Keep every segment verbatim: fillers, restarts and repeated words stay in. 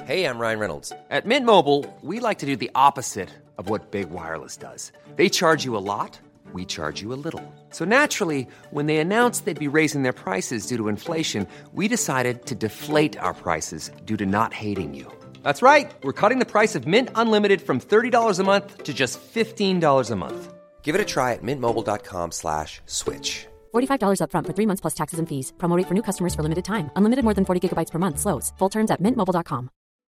Hey, I'm Ryan Reynolds. At Mint Mobile, we like to do the opposite of what Big Wireless does. They charge you a lot, we charge you a little. So naturally, when they announced they'd be raising their prices due to inflation, we decided to deflate our prices due to not hating you. That's right. We're cutting the price of Mint Unlimited from thirty dollars a month to just fifteen dollars a month. Give it a try at mintmobile.com slash switch. forty-five dollars up front for three months plus taxes and fees. Promo rate for new customers for limited time. Unlimited more than forty gigabytes per month. Slows full terms at mint mobile dot com.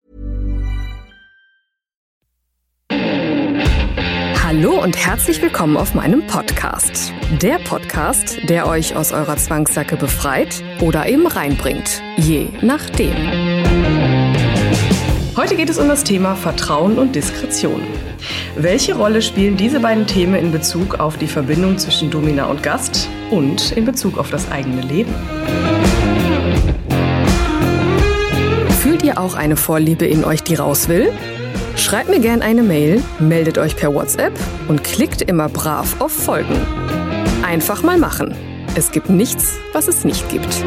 Hallo und herzlich willkommen auf meinem Podcast. Der Podcast, der euch aus eurer Zwangssacke befreit oder eben reinbringt. Je nachdem. Heute geht es um das Thema Vertrauen und Diskretion. Welche Rolle spielen diese beiden Themen in Bezug auf die Verbindung zwischen Domina und Gast und in Bezug auf das eigene Leben? Fühlt ihr auch eine Vorliebe in euch, die raus will? Schreibt mir gerne eine Mail, meldet euch per WhatsApp und klickt immer brav auf Folgen. Einfach mal machen. Es gibt nichts, was es nicht gibt.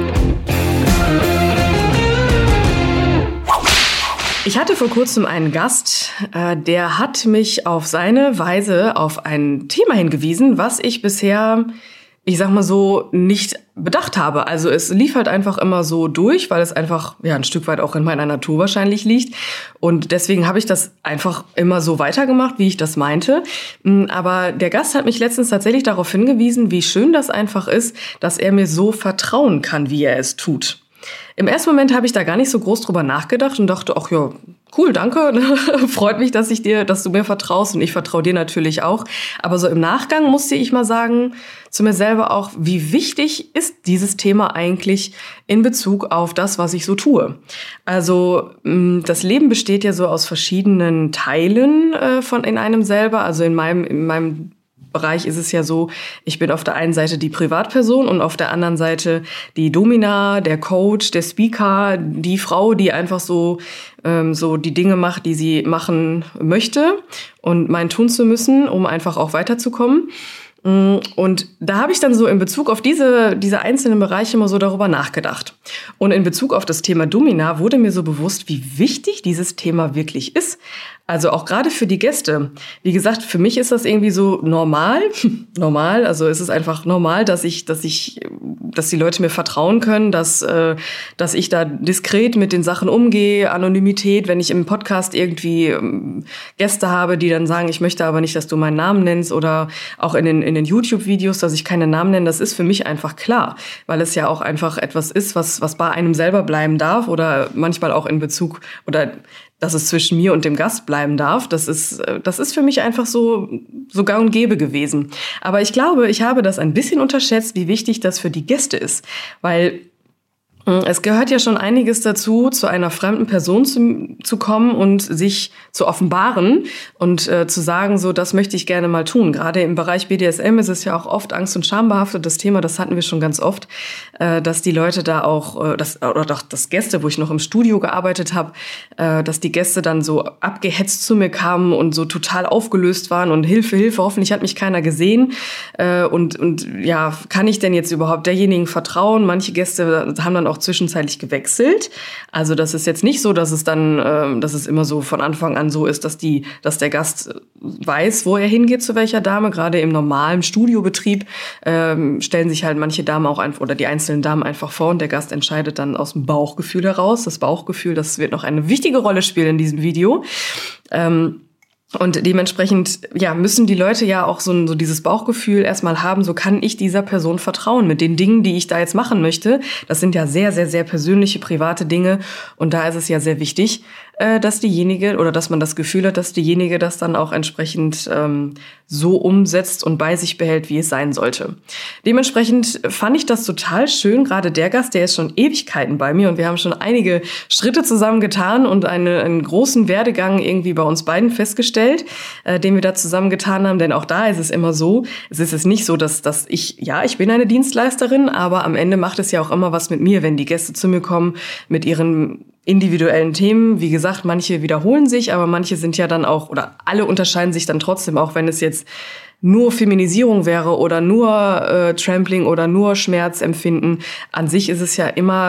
Ich hatte vor kurzem einen Gast, äh, der hat mich auf seine Weise auf ein Thema hingewiesen, was ich bisher, ich sag mal so, nicht bedacht habe. Also es lief halt einfach immer so durch, weil es einfach ja ein Stück weit auch in meiner Natur wahrscheinlich liegt. Und deswegen habe ich das einfach immer so weitergemacht, wie ich das meinte. Aber der Gast hat mich letztens tatsächlich darauf hingewiesen, wie schön das einfach ist, dass er mir so vertrauen kann, wie er es tut. Im ersten Moment habe ich da gar nicht so groß drüber nachgedacht und dachte, ach ja, cool, danke. Freut mich, dass ich dir, dass du mir vertraust und ich vertraue dir natürlich auch. Aber so im Nachgang musste ich mal sagen zu mir selber auch, wie wichtig ist dieses Thema eigentlich in Bezug auf das, was ich so tue. Also das Leben besteht ja so aus verschiedenen Teilen äh, von in einem selber. Also in meinem in meinem Bereich ist es ja so, ich bin auf der einen Seite die Privatperson und auf der anderen Seite die Domina, der Coach, der Speaker, die Frau, die einfach so ähm, so die Dinge macht, die sie machen möchte und meinen tun zu müssen, um einfach auch weiterzukommen. Und da habe ich dann so in Bezug auf diese, diese einzelnen Bereiche immer so darüber nachgedacht. Und in Bezug auf das Thema Domina wurde mir so bewusst, wie wichtig dieses Thema wirklich ist. Also auch gerade für die Gäste. Wie gesagt, für mich ist das irgendwie so normal. normal, also es ist einfach normal, dass ich, dass ich, dass die Leute mir vertrauen können, dass, äh, dass ich da diskret mit den Sachen umgehe, Anonymität, wenn ich im Podcast irgendwie ähm, Gäste habe, die dann sagen, ich möchte aber nicht, dass du meinen Namen nennst, oder auch in den, in den YouTube-Videos, dass ich keine Namen nenne, das ist für mich einfach klar, weil es ja auch einfach etwas ist, was, was bei einem selber bleiben darf oder manchmal auch in Bezug oder dass es zwischen mir und dem Gast bleiben darf, das ist, das ist für mich einfach so, so gang und gäbe gewesen. Aber ich glaube, ich habe das ein bisschen unterschätzt, wie wichtig das für die Gäste ist, weil es gehört ja schon einiges dazu, zu einer fremden Person zu, zu kommen und sich zu offenbaren und äh, zu sagen, so, das möchte ich gerne mal tun. Gerade im Bereich B D S M ist es ja auch oft angst- und schambehaftet. Das Thema, das hatten wir schon ganz oft, äh, dass die Leute da auch, äh, das, oder doch das Gäste, wo ich noch im Studio gearbeitet habe, äh, dass die Gäste dann so abgehetzt zu mir kamen und so total aufgelöst waren und Hilfe, Hilfe, hoffentlich hat mich keiner gesehen. Äh, und, und ja, kann ich denn jetzt überhaupt derjenigen vertrauen? Manche Gäste haben dann auch zwischenzeitlich gewechselt. Also das ist jetzt nicht so, dass es dann, äh, dass es immer so von Anfang an so ist, dass die, dass der Gast weiß, wo er hingeht, zu welcher Dame. Gerade im normalen Studiobetrieb ähm, stellen sich halt manche Damen auch einfach, oder die einzelnen Damen einfach vor und der Gast entscheidet dann aus dem Bauchgefühl heraus. Das Bauchgefühl, das wird noch eine wichtige Rolle spielen in diesem Video. Ähm, Und dementsprechend, ja, müssen die Leute ja auch so, so dieses Bauchgefühl erstmal haben, so kann ich dieser Person vertrauen mit den Dingen, die ich da jetzt machen möchte. Das sind ja sehr, sehr, sehr persönliche, private Dinge. Und da ist es ja sehr wichtig, äh, dass diejenige oder dass man das Gefühl hat, dass diejenige das dann auch entsprechend ähm, so umsetzt und bei sich behält, wie es sein sollte. Dementsprechend fand ich das total schön. Gerade der Gast, der ist schon Ewigkeiten bei mir und wir haben schon einige Schritte zusammen getan und eine, einen großen Werdegang irgendwie bei uns beiden festgestellt, äh, den wir da zusammen getan haben. Denn auch da ist es immer so, es ist es nicht so, dass, dass ich, ja, ich bin eine Dienstleisterin, aber am Ende macht es ja auch immer was mit mir, wenn die Gäste zu mir kommen mit ihren individuellen Themen. Wie gesagt, manche wiederholen sich, aber manche sind ja dann auch, oder alle unterscheiden sich dann trotzdem, auch wenn es jetzt nur Feminisierung wäre oder nur äh, Trampling oder nur Schmerzempfinden. An sich ist es ja immer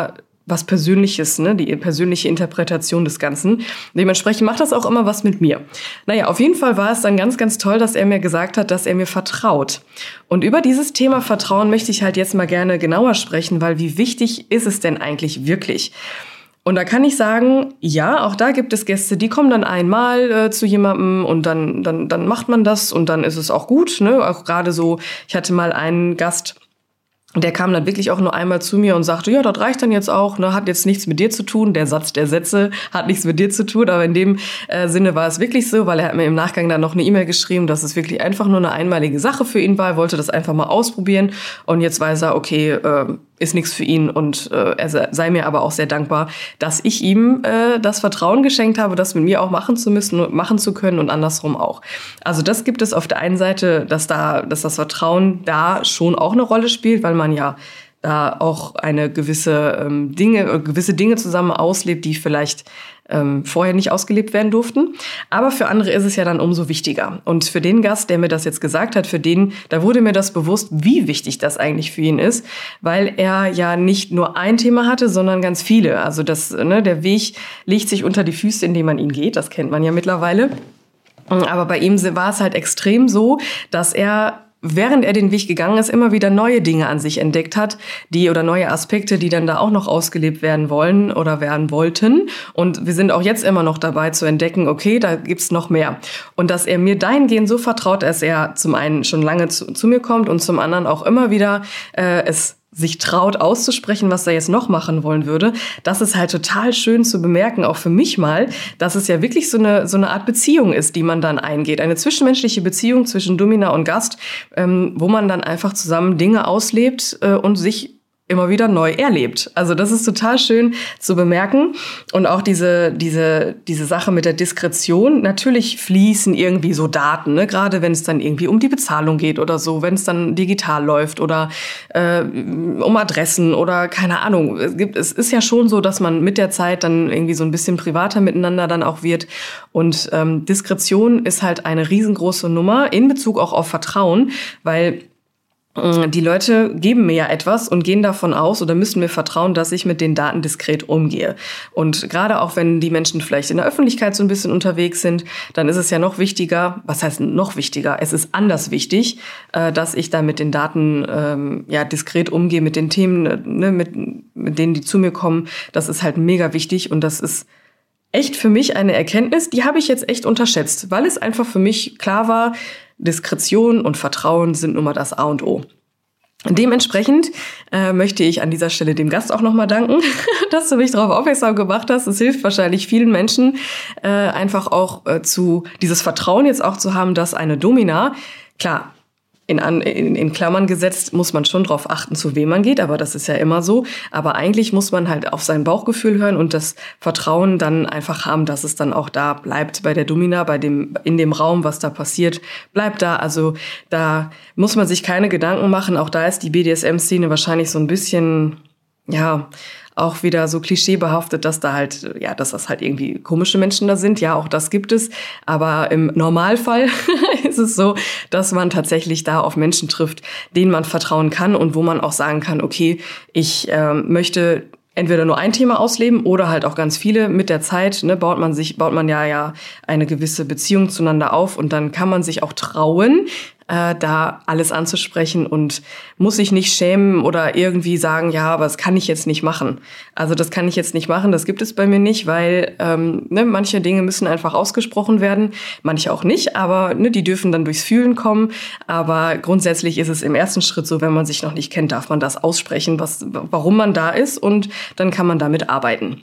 was Persönliches, ne, die persönliche Interpretation des Ganzen. Dementsprechend macht das auch immer was mit mir. Naja, auf jeden Fall war es dann ganz, ganz toll, dass er mir gesagt hat, dass er mir vertraut. Und über dieses Thema Vertrauen möchte ich halt jetzt mal gerne genauer sprechen, weil wie wichtig ist es denn eigentlich wirklich? Und da kann ich sagen, ja, auch da gibt es Gäste, die kommen dann einmal äh, zu jemandem und dann, dann, dann macht man das und dann ist es auch gut, ne? Auch gerade so, ich hatte mal einen Gast, der kam dann wirklich auch nur einmal zu mir und sagte, ja, das reicht dann jetzt auch, ne, hat jetzt nichts mit dir zu tun. Der Satz der Sätze hat nichts mit dir zu tun, aber in dem äh, Sinne war es wirklich so, weil er hat mir im Nachgang dann noch eine E-Mail geschrieben, dass es wirklich einfach nur eine einmalige Sache für ihn war. Er wollte das einfach mal ausprobieren und jetzt weiß er, okay, äh, ist nichts für ihn und äh, er sei mir aber auch sehr dankbar, dass ich ihm äh, das Vertrauen geschenkt habe, das mit mir auch machen zu müssen, machen zu können und andersrum auch. Also das gibt es auf der einen Seite, dass da, dass das Vertrauen da schon auch eine Rolle spielt, weil man ja da auch eine gewisse ähm, Dinge, gewisse Dinge zusammen auslebt, die vielleicht ähm, vorher nicht ausgelebt werden durften. Aber für andere ist es ja dann umso wichtiger. Und für den Gast, der mir das jetzt gesagt hat, für den, da wurde mir das bewusst, wie wichtig das eigentlich für ihn ist, weil er ja nicht nur ein Thema hatte, sondern ganz viele. Also das, ne, der Weg legt sich unter die Füße, indem man ihn geht. Das kennt man ja mittlerweile. Aber bei ihm war es halt extrem so, dass er, während er den Weg gegangen ist, immer wieder neue Dinge an sich entdeckt hat, die oder neue Aspekte, die dann da auch noch ausgelebt werden wollen oder werden wollten. Und wir sind auch jetzt immer noch dabei zu entdecken, okay, da gibt's noch mehr. Und dass er mir dahingehend so vertraut, dass er zum einen schon lange zu, zu mir kommt und zum anderen auch immer wieder äh, es sich traut auszusprechen, was er jetzt noch machen wollen würde, das ist halt total schön zu bemerken, auch für mich mal, dass es ja wirklich so eine so eine Art Beziehung ist, die man dann eingeht. Eine zwischenmenschliche Beziehung zwischen Domina und Gast, ähm, wo man dann einfach zusammen Dinge auslebt äh, und sich immer wieder neu erlebt. Also das ist total schön zu bemerken. Und auch diese diese diese Sache mit der Diskretion. Natürlich fließen irgendwie so Daten, ne? Gerade wenn es dann irgendwie um die Bezahlung geht oder so, wenn es dann digital läuft oder äh, um Adressen oder keine Ahnung. Es gibt, es ist ja schon so, dass man mit der Zeit dann irgendwie so ein bisschen privater miteinander dann auch wird. Und ähm, Diskretion ist halt eine riesengroße Nummer in Bezug auch auf Vertrauen, weil die Leute geben mir ja etwas und gehen davon aus oder müssen mir vertrauen, dass ich mit den Daten diskret umgehe. Und gerade auch wenn die Menschen vielleicht in der Öffentlichkeit so ein bisschen unterwegs sind, dann ist es ja noch wichtiger, was heißt noch wichtiger? Es ist anders wichtig, dass ich da mit den Daten ähm, ja diskret umgehe, mit den Themen, ne, mit, mit denen die zu mir kommen. Das ist halt mega wichtig und das ist echt für mich eine Erkenntnis, die habe ich jetzt echt unterschätzt, weil es einfach für mich klar war, Diskretion und Vertrauen sind nun mal das A und O. Dementsprechend äh, möchte ich an dieser Stelle dem Gast auch nochmal danken, dass du mich darauf aufmerksam gemacht hast. Es hilft wahrscheinlich vielen Menschen äh, einfach auch äh, zu dieses Vertrauen jetzt auch zu haben, dass eine Domina, klar, In, in, in Klammern gesetzt muss man schon drauf achten, zu wem man geht, aber das ist ja immer so. Aber eigentlich muss man halt auf sein Bauchgefühl hören und das Vertrauen dann einfach haben, dass es dann auch da bleibt bei der Domina, bei dem, in dem Raum, was da passiert, bleibt da. Also da muss man sich keine Gedanken machen. Auch da ist die B D S M-Szene wahrscheinlich so ein bisschen, ja, auch wieder so klischeebehaftet, dass da halt, ja, dass das halt irgendwie komische Menschen da sind. Ja, auch das gibt es. Aber im Normalfall ist es so, dass man tatsächlich da auf Menschen trifft, denen man vertrauen kann und wo man auch sagen kann, okay, ich äh, möchte entweder nur ein Thema ausleben oder halt auch ganz viele. Mit der Zeit, ne, baut man sich, baut man ja ja eine gewisse Beziehung zueinander auf und dann kann man sich auch trauen, äh, da alles anzusprechen und muss sich nicht schämen oder irgendwie sagen, ja, aber das kann ich jetzt nicht machen. Also das kann ich jetzt nicht machen, das gibt es bei mir nicht, weil ähm, ne, manche Dinge müssen einfach ausgesprochen werden, manche auch nicht, aber ne, die dürfen dann durchs Fühlen kommen. Aber grundsätzlich ist es im ersten Schritt so, wenn man sich noch nicht kennt, darf man das aussprechen, was, warum man da ist und dann kann man damit arbeiten.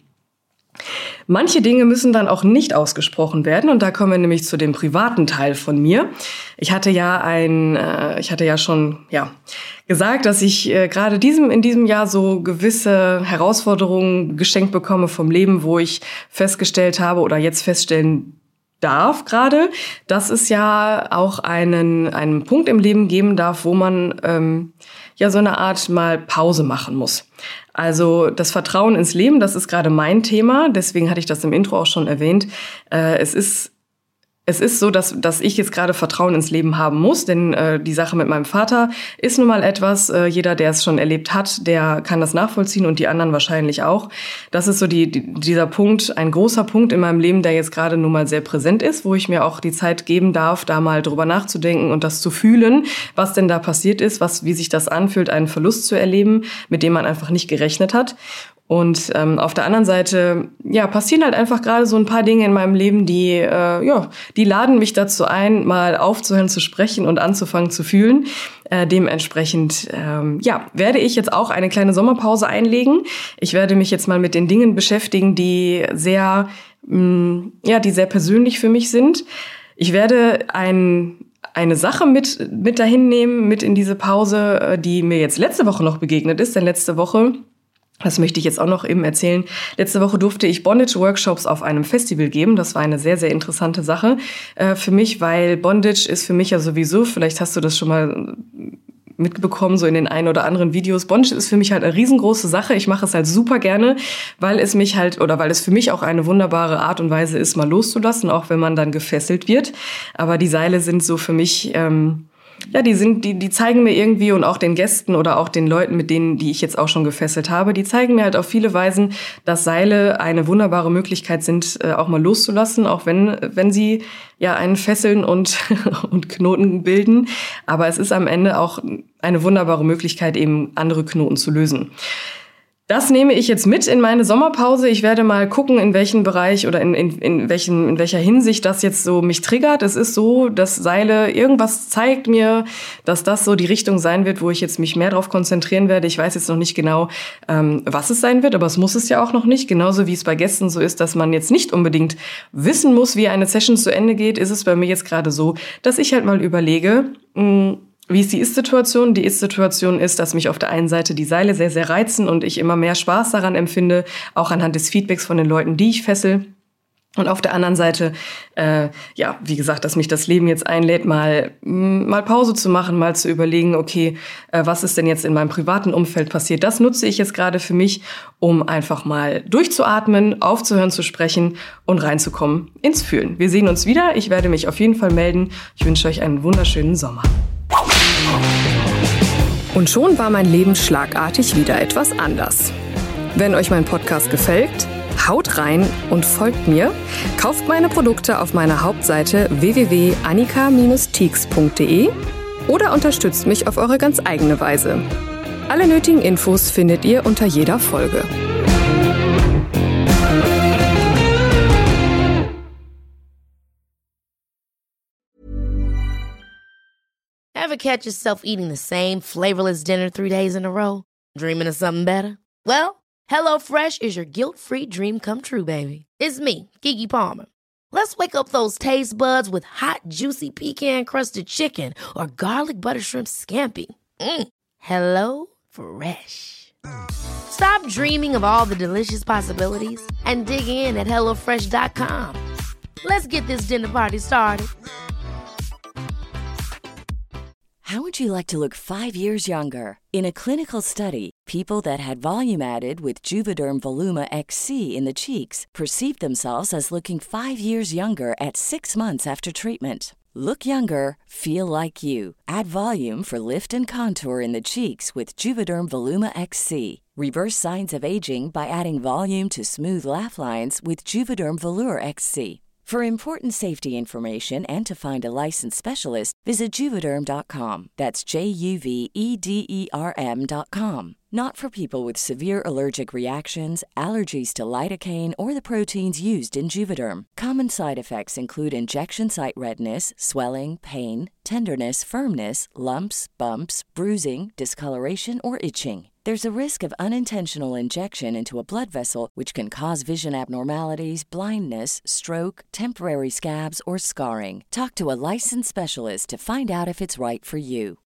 Manche Dinge müssen dann auch nicht ausgesprochen werden und da kommen wir nämlich zu dem privaten Teil von mir. Ich hatte ja ein, äh, ich hatte ja schon, ja, gesagt, dass ich äh, gerade diesem in diesem Jahr so gewisse Herausforderungen geschenkt bekomme vom Leben, wo ich festgestellt habe oder jetzt feststellen darf gerade, dass es ja auch einen einen Punkt im Leben geben darf, wo man ähm, ja so eine Art mal Pause machen muss. Also das Vertrauen ins Leben, das ist gerade mein Thema, deswegen hatte ich das im Intro auch schon erwähnt. Äh, es ist Es ist so, dass, dass ich jetzt gerade Vertrauen ins Leben haben muss, denn äh, die Sache mit meinem Vater ist nun mal etwas, äh, jeder, der es schon erlebt hat, der kann das nachvollziehen und die anderen wahrscheinlich auch. Das ist so die, die, dieser Punkt, ein großer Punkt in meinem Leben, der jetzt gerade nun mal sehr präsent ist, wo ich mir auch die Zeit geben darf, da mal drüber nachzudenken und das zu fühlen, was denn da passiert ist, was, wie sich das anfühlt, einen Verlust zu erleben, mit dem man einfach nicht gerechnet hat. Und ähm, auf der anderen Seite, ja, passieren halt einfach gerade so ein paar Dinge in meinem Leben, die, äh, ja, die laden mich dazu ein, mal aufzuhören zu sprechen und anzufangen zu fühlen. Äh, dementsprechend, ähm, ja, werde ich jetzt auch eine kleine Sommerpause einlegen. Ich werde mich jetzt mal mit den Dingen beschäftigen, die sehr, mh, ja, die sehr persönlich für mich sind. Ich werde ein eine Sache mit mit dahin nehmen, mit in diese Pause, die mir jetzt letzte Woche noch begegnet ist, denn letzte Woche, das möchte ich jetzt auch noch eben erzählen. Letzte Woche durfte ich Bondage-Workshops auf einem Festival geben. Das war eine sehr, sehr interessante Sache äh, für mich, weil Bondage ist für mich ja sowieso, vielleicht hast du das schon mal mitbekommen, so in den ein oder anderen Videos. Bondage ist für mich halt eine riesengroße Sache. Ich mache es halt super gerne, weil es mich halt, oder weil es für mich auch eine wunderbare Art und Weise ist, mal loszulassen, auch wenn man dann gefesselt wird. Aber die Seile sind so für mich, ähm, ja, die sind, die, die zeigen mir irgendwie und auch den Gästen oder auch den Leuten, mit denen, die ich jetzt auch schon gefesselt habe, die zeigen mir halt auf viele Weisen, dass Seile eine wunderbare Möglichkeit sind, äh, auch mal loszulassen, auch wenn, wenn sie ja einen fesseln und, und Knoten bilden. Aber es ist am Ende auch eine wunderbare Möglichkeit, eben andere Knoten zu lösen. Das nehme ich jetzt mit in meine Sommerpause. Ich werde mal gucken, in welchem Bereich oder in, in, in, welchen, in welcher Hinsicht das jetzt so mich triggert. Es ist so, dass Seile, irgendwas zeigt mir, dass das so die Richtung sein wird, wo ich jetzt mich mehr darauf konzentrieren werde. Ich weiß jetzt noch nicht genau, ähm, was es sein wird, aber es muss es ja auch noch nicht. Genauso wie es bei Gästen so ist, dass man jetzt nicht unbedingt wissen muss, wie eine Session zu Ende geht, ist es bei mir jetzt gerade so, dass ich halt mal überlege, mh, wie ist die Ist-Situation? Die Ist-Situation ist, dass mich auf der einen Seite die Seile sehr, sehr reizen und ich immer mehr Spaß daran empfinde, auch anhand des Feedbacks von den Leuten, die ich fessel. Und auf der anderen Seite, äh, ja, wie gesagt, dass mich das Leben jetzt einlädt, mal mal Pause zu machen, mal zu überlegen, okay, äh, was ist denn jetzt in meinem privaten Umfeld passiert? Das nutze ich jetzt gerade für mich, um einfach mal durchzuatmen, aufzuhören zu sprechen und reinzukommen ins Fühlen. Wir sehen uns wieder. Ich werde mich auf jeden Fall melden. Ich wünsche euch einen wunderschönen Sommer. Und schon war mein Leben schlagartig wieder etwas anders. Wenn euch mein Podcast gefällt, haut rein und folgt mir. Kauft meine Produkte auf meiner Hauptseite w w w punkt annika Bindestrich teaks punkt de oder unterstützt mich auf eure ganz eigene Weise. Alle nötigen Infos findet ihr unter jeder Folge. Ever catch yourself eating the same flavorless dinner three days in a row? Dreaming of something better? Well, HelloFresh is your guilt-free dream come true, baby. It's me, Keke Palmer. Let's wake up those taste buds with hot, juicy pecan-crusted chicken or garlic butter shrimp scampi. Mm. Hello Fresh. Stop dreaming of all the delicious possibilities and dig in at hello fresh dot com. Let's get this dinner party started. How would you like to look five years younger? In a clinical study, people that had volume added with Juvederm Voluma X C in the cheeks perceived themselves as looking five years younger at six months after treatment. Look younger, feel like you. Add volume for lift and contour in the cheeks with Juvederm Voluma X C. Reverse signs of aging by adding volume to smooth laugh lines with Juvederm Volure X C. For important safety information and to find a licensed specialist, visit Juvederm dot com. That's J U V E D E R M dot com. Not for people with severe allergic reactions, allergies to lidocaine, or the proteins used in Juvederm. Common side effects include injection site redness, swelling, pain, tenderness, firmness, lumps, bumps, bruising, discoloration, or itching. There's a risk of unintentional injection into a blood vessel, which can cause vision abnormalities, blindness, stroke, temporary scabs, or scarring. Talk to a licensed specialist to find out if it's right for you.